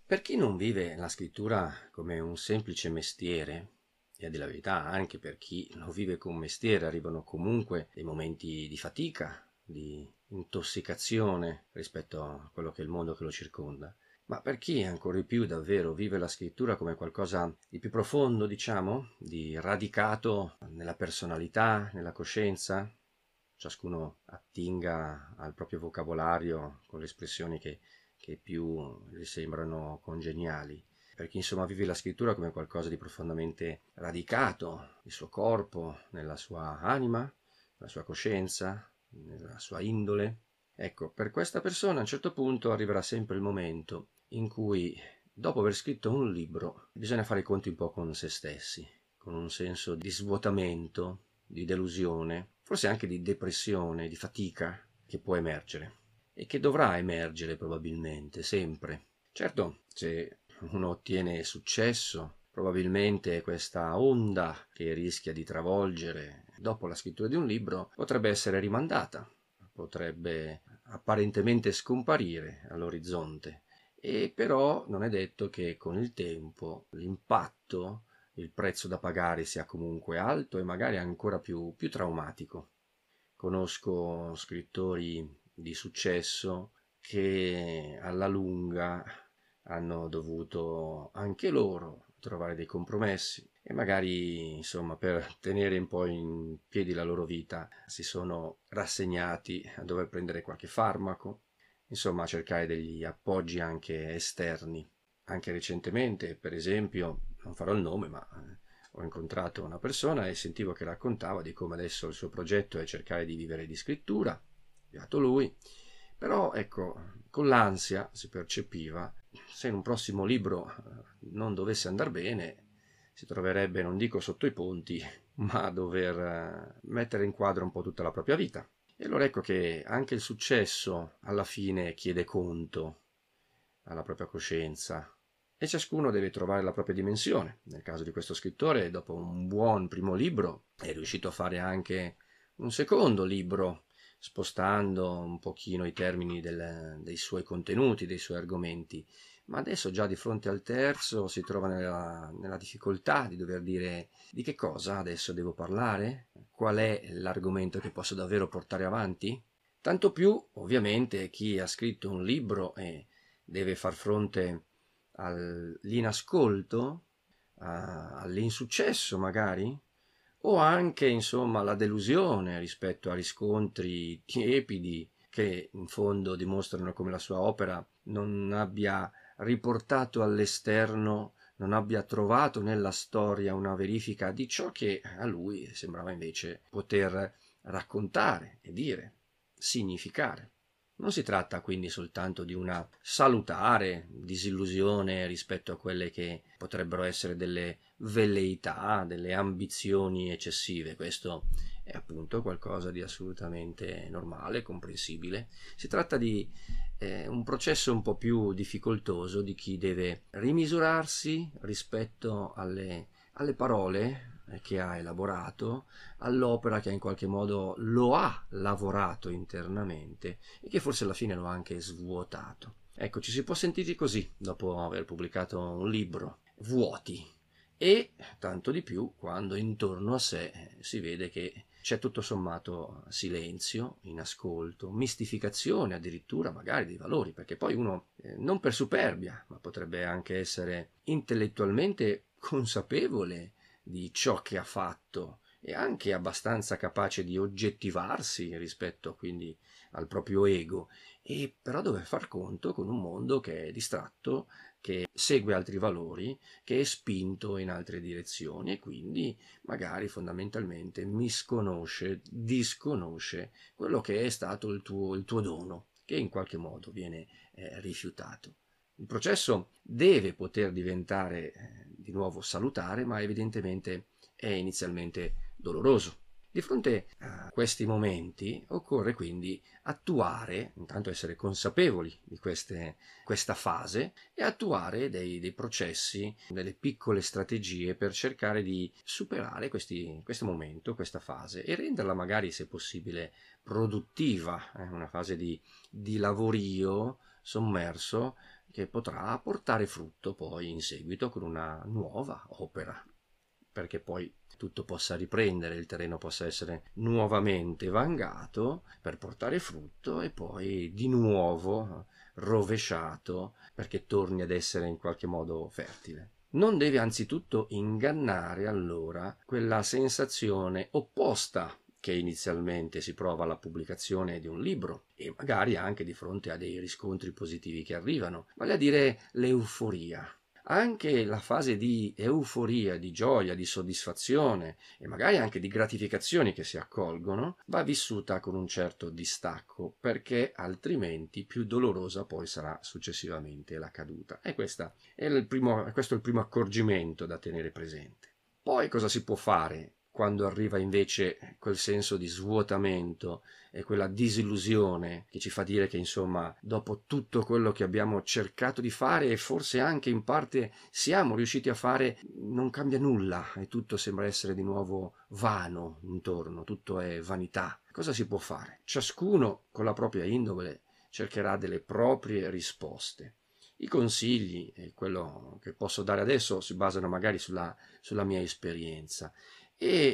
Per chi non vive la scrittura come un semplice mestiere, e a dire la verità anche per chi lo vive come mestiere, arrivano comunque dei momenti di fatica, di intossicazione rispetto a quello che è il mondo che lo circonda. Ma per chi ancora di più davvero vive la scrittura come qualcosa di più profondo, diciamo, di radicato nella personalità, nella coscienza, ciascuno attinga al proprio vocabolario con le espressioni che più gli sembrano congeniali. Per chi insomma vive la scrittura come qualcosa di profondamente radicato nel suo corpo, nella sua anima, nella sua coscienza, nella sua indole. Ecco, per questa persona a un certo punto arriverà sempre il momento in cui, dopo aver scritto un libro, bisogna fare i conti un po' con se stessi, con un senso di svuotamento, di delusione, forse anche di depressione, di fatica che può emergere e che dovrà emergere probabilmente sempre. Certo, se uno ottiene successo, probabilmente questa onda che rischia di travolgere dopo la scrittura di un libro potrebbe essere rimandata, potrebbe apparentemente scomparire all'orizzonte, e però non è detto che con il tempo l'impatto, il prezzo da pagare sia comunque alto e magari ancora più traumatico. Conosco scrittori di successo che alla lunga hanno dovuto anche loro trovare dei compromessi e magari, insomma, per tenere un po' in piedi la loro vita si sono rassegnati a dover prendere qualche farmaco, insomma, a cercare degli appoggi anche esterni. Anche recentemente, per esempio, non farò il nome, ma ho incontrato una persona e sentivo che raccontava di come adesso il suo progetto è cercare di vivere di scrittura, beato lui, però ecco, con l'ansia si percepiva, se in un prossimo libro non dovesse andare bene, si troverebbe, non dico sotto i ponti, ma a dover mettere in quadro un po' tutta la propria vita. E allora ecco che anche il successo alla fine chiede conto alla propria coscienza e ciascuno deve trovare la propria dimensione. Nel caso di questo scrittore, dopo un buon primo libro, è riuscito a fare anche un secondo libro, spostando un pochino i termini dei suoi contenuti, dei suoi argomenti, ma adesso già di fronte al terzo si trova nella difficoltà di dover dire di che cosa adesso devo parlare, qual è l'argomento che posso davvero portare avanti. Tanto più, ovviamente, chi ha scritto un libro e deve far fronte all'inascolto, all'insuccesso magari, o anche insomma alla delusione rispetto a riscontri tiepidi che in fondo dimostrano come la sua opera non abbia riportato all'esterno, non abbia trovato nella storia una verifica di ciò che a lui sembrava invece poter raccontare e dire, significare. Non si tratta quindi soltanto di una salutare disillusione rispetto a quelle che potrebbero essere delle velleità, delle ambizioni eccessive. Questo è appunto qualcosa di assolutamente normale, comprensibile. Si tratta di un processo un po' più difficoltoso di chi deve rimisurarsi rispetto alle parole che ha elaborato, all'opera che in qualche modo lo ha lavorato internamente e che forse alla fine lo ha anche svuotato. Ecco, ci si può sentire così dopo aver pubblicato un libro, vuoti, e tanto di più quando intorno a sé si vede che c'è tutto sommato silenzio, inascolto, mistificazione addirittura magari dei valori, perché poi uno, non per superbia, ma potrebbe anche essere intellettualmente consapevole di ciò che ha fatto e anche abbastanza capace di oggettivarsi rispetto quindi al proprio ego, e però deve far conto con un mondo che è distratto, che segue altri valori, che è spinto in altre direzioni e quindi magari fondamentalmente misconosce, disconosce quello che è stato il tuo dono, che in qualche modo viene rifiutato. Il processo deve poter diventare di nuovo salutare, ma evidentemente è inizialmente doloroso. Di fronte a questi momenti occorre quindi attuare, intanto essere consapevoli di questa fase e attuare dei processi, delle piccole strategie per cercare di superare questo momento, questa fase e renderla magari, se possibile, produttiva, una fase di lavorio sommerso che potrà portare frutto poi in seguito con una nuova opera, perché poi tutto possa riprendere, il terreno possa essere nuovamente vangato per portare frutto e poi di nuovo rovesciato perché torni ad essere in qualche modo fertile. Non deve anzitutto ingannare allora quella sensazione opposta che inizialmente si prova alla pubblicazione di un libro e magari anche di fronte a dei riscontri positivi che arrivano, vale a dire l'euforia. Anche la fase di euforia, di gioia, di soddisfazione e magari anche di gratificazioni che si accolgono va vissuta con un certo distacco, perché altrimenti più dolorosa poi sarà successivamente la caduta. E questo è il primo accorgimento da tenere presente. Poi cosa si può fare quando arriva invece quel senso di svuotamento e quella disillusione che ci fa dire che insomma dopo tutto quello che abbiamo cercato di fare e forse anche in parte siamo riusciti a fare non cambia nulla e tutto sembra essere di nuovo vano intorno, tutto è vanità. Cosa si può fare? Ciascuno con la propria indole cercherà delle proprie risposte. I consigli, e quello che posso dare adesso, si basano magari sulla mia esperienza. E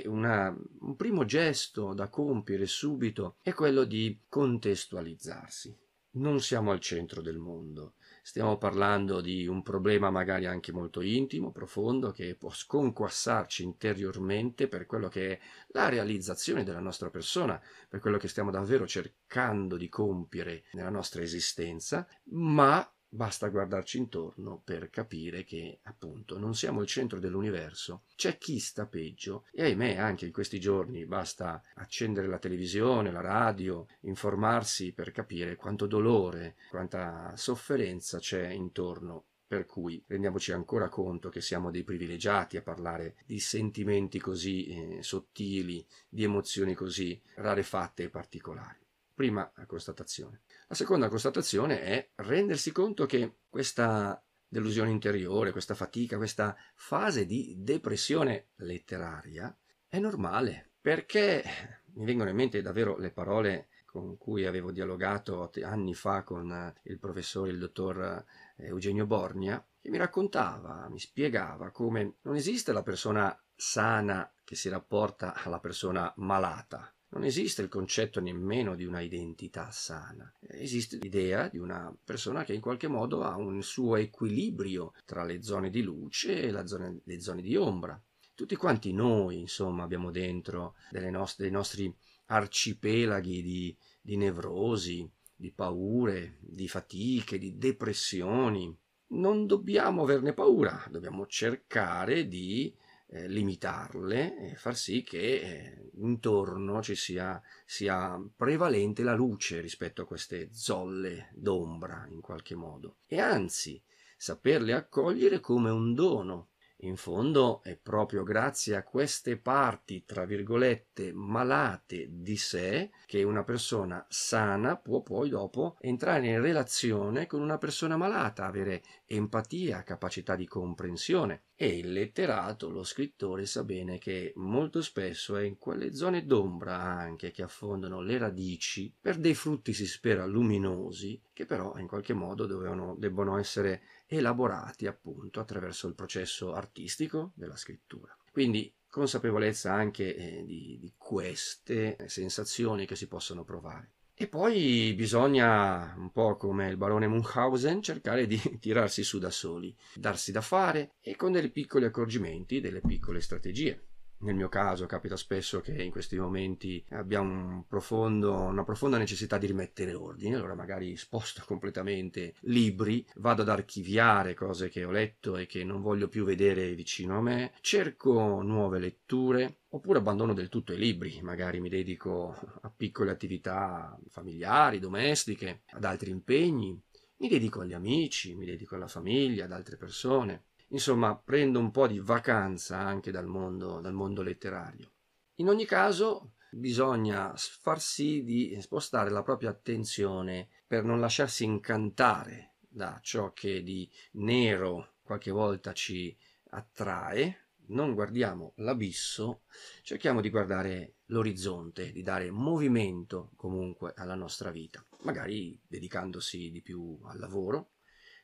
un primo gesto da compiere subito è quello di contestualizzarsi. Non siamo al centro del mondo, stiamo parlando di un problema magari anche molto intimo, profondo, che può sconquassarci interiormente per quello che è la realizzazione della nostra persona, per quello che stiamo davvero cercando di compiere nella nostra esistenza, ma basta guardarci intorno per capire che, appunto, non siamo il centro dell'universo. C'è chi sta peggio e ahimè anche in questi giorni basta accendere la televisione, la radio, informarsi per capire quanto dolore, quanta sofferenza c'è intorno. Per cui rendiamoci ancora conto che siamo dei privilegiati a parlare di sentimenti così sottili, di emozioni così rarefatte e particolari. Prima constatazione. La seconda constatazione è rendersi conto che questa delusione interiore, questa fatica, questa fase di depressione letteraria è normale, perché mi vengono in mente davvero le parole con cui avevo dialogato anni fa con il professore, il dottor Eugenio Borgna, che mi raccontava, mi spiegava come non esiste la persona sana che si rapporta alla persona malata. Non esiste il concetto nemmeno di una identità sana. Esiste l'idea di una persona che in qualche modo ha un suo equilibrio tra le zone di luce e le zone di ombra. Tutti quanti noi, insomma, abbiamo dentro dei nostri arcipelaghi di nevrosi, di paure, di fatiche, di depressioni. Non dobbiamo averne paura, dobbiamo cercare di limitarle e far sì che intorno sia prevalente la luce rispetto a queste zolle d'ombra in qualche modo e anzi saperle accogliere come un dono. In fondo è proprio grazie a queste parti, tra virgolette, malate di sé, che una persona sana può poi dopo entrare in relazione con una persona malata, avere empatia, capacità di comprensione. E il letterato, lo scrittore, sa bene che molto spesso è in quelle zone d'ombra anche che affondano le radici per dei frutti si spera luminosi, che però in qualche modo debbono essere elaborati appunto attraverso il processo artistico della scrittura. Quindi consapevolezza anche di queste sensazioni che si possono provare. E poi bisogna, un po' come il barone Munchausen, cercare di tirarsi su da soli, darsi da fare e con dei piccoli accorgimenti, delle piccole strategie. Nel mio caso capita spesso che in questi momenti abbiamo una profonda necessità di rimettere ordine, allora magari sposto completamente libri, vado ad archiviare cose che ho letto e che non voglio più vedere vicino a me, cerco nuove letture, oppure abbandono del tutto i libri, magari mi dedico a piccole attività familiari, domestiche, ad altri impegni, mi dedico agli amici, mi dedico alla famiglia, ad altre persone. Insomma, prendo un po' di vacanza anche dal mondo letterario. In ogni caso, bisogna far sì di spostare la propria attenzione per non lasciarsi incantare da ciò che di nero qualche volta ci attrae. Non guardiamo l'abisso, cerchiamo di guardare l'orizzonte, di dare movimento comunque alla nostra vita, magari dedicandosi di più al lavoro,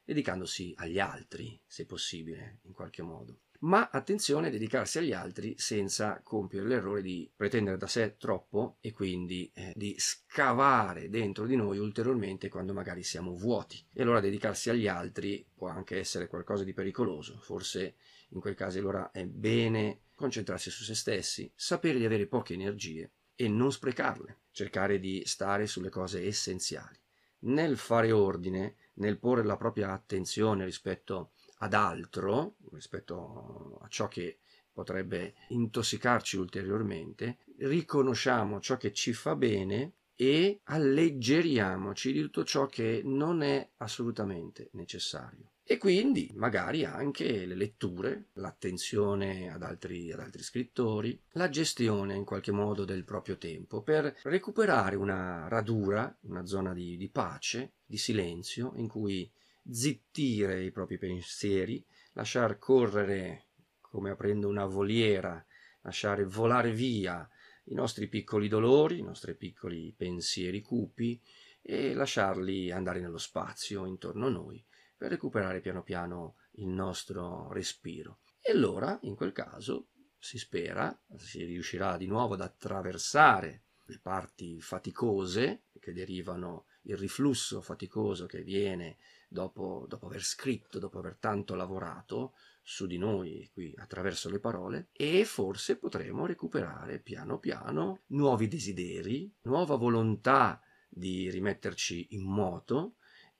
dedicandosi agli altri, se possibile, in qualche modo. Ma attenzione a dedicarsi agli altri senza compiere l'errore di pretendere da sé troppo e quindi di scavare dentro di noi ulteriormente quando magari siamo vuoti. E allora dedicarsi agli altri può anche essere qualcosa di pericoloso. Forse in quel caso allora è bene concentrarsi su se stessi, sapere di avere poche energie e non sprecarle, cercare di stare sulle cose essenziali. Nel fare ordine, nel porre la propria attenzione rispetto ad altro, rispetto a ciò che potrebbe intossicarci ulteriormente, riconosciamo ciò che ci fa bene e alleggeriamoci di tutto ciò che non è assolutamente necessario. E quindi magari anche le letture, l'attenzione ad altri scrittori, la gestione in qualche modo del proprio tempo per recuperare una radura, una zona di pace, di silenzio, in cui zittire i propri pensieri, lasciar correre come aprendo una voliera, lasciare volare via i nostri piccoli dolori, i nostri piccoli pensieri cupi e lasciarli andare nello spazio intorno a noi per recuperare piano piano il nostro respiro. E allora, in quel caso, si spera, si riuscirà di nuovo ad attraversare le parti faticose che derivano, il riflusso faticoso che viene dopo aver scritto, dopo aver tanto lavorato su di noi qui attraverso le parole, e forse potremo recuperare piano piano nuovi desideri, nuova volontà di rimetterci in moto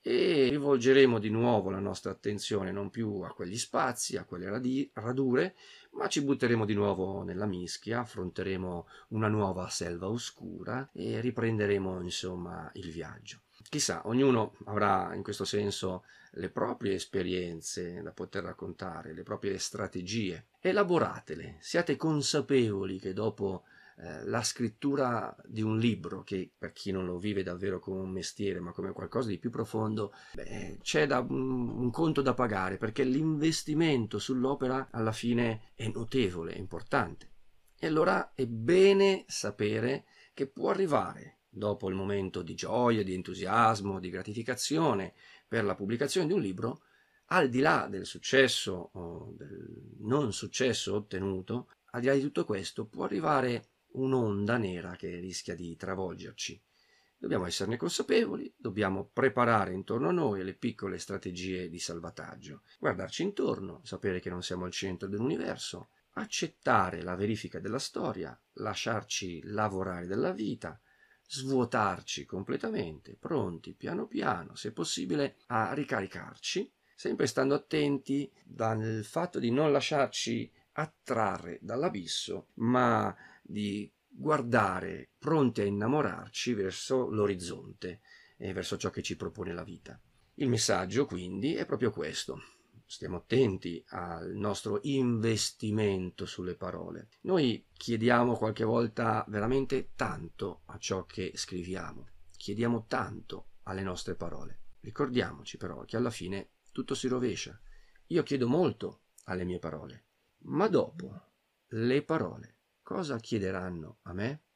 e rivolgeremo di nuovo la nostra attenzione non più a quegli spazi, a quelle radure, ma ci butteremo di nuovo nella mischia, affronteremo una nuova selva oscura e riprenderemo insomma il viaggio. Chissà, ognuno avrà in questo senso le proprie esperienze da poter raccontare, le proprie strategie. Elaboratele, siate consapevoli che dopo la scrittura di un libro, che per chi non lo vive davvero come un mestiere ma come qualcosa di più profondo, c'è un conto da pagare, perché l'investimento sull'opera alla fine è notevole, è importante. E allora è bene sapere che può arrivare dopo il momento di gioia, di entusiasmo, di gratificazione per la pubblicazione di un libro, al di là del successo o del non successo ottenuto, al di là di tutto questo può arrivare un'onda nera che rischia di travolgerci. Dobbiamo esserne consapevoli, dobbiamo preparare intorno a noi le piccole strategie di salvataggio, guardarci intorno, sapere che non siamo al centro dell'universo, accettare la verifica della storia, lasciarci lavorare della vita, svuotarci completamente, pronti piano piano, se possibile, a ricaricarci, sempre stando attenti dal fatto di non lasciarci attrarre dall'abisso, ma di guardare pronti a innamorarci verso l'orizzonte e verso ciò che ci propone la vita. Il messaggio quindi è proprio questo. Stiamo attenti al nostro investimento sulle parole. Noi chiediamo qualche volta veramente tanto a ciò che scriviamo, chiediamo tanto alle nostre parole. Ricordiamoci però che alla fine tutto si rovescia. Io chiedo molto alle mie parole, ma dopo le parole cosa chiederanno a me?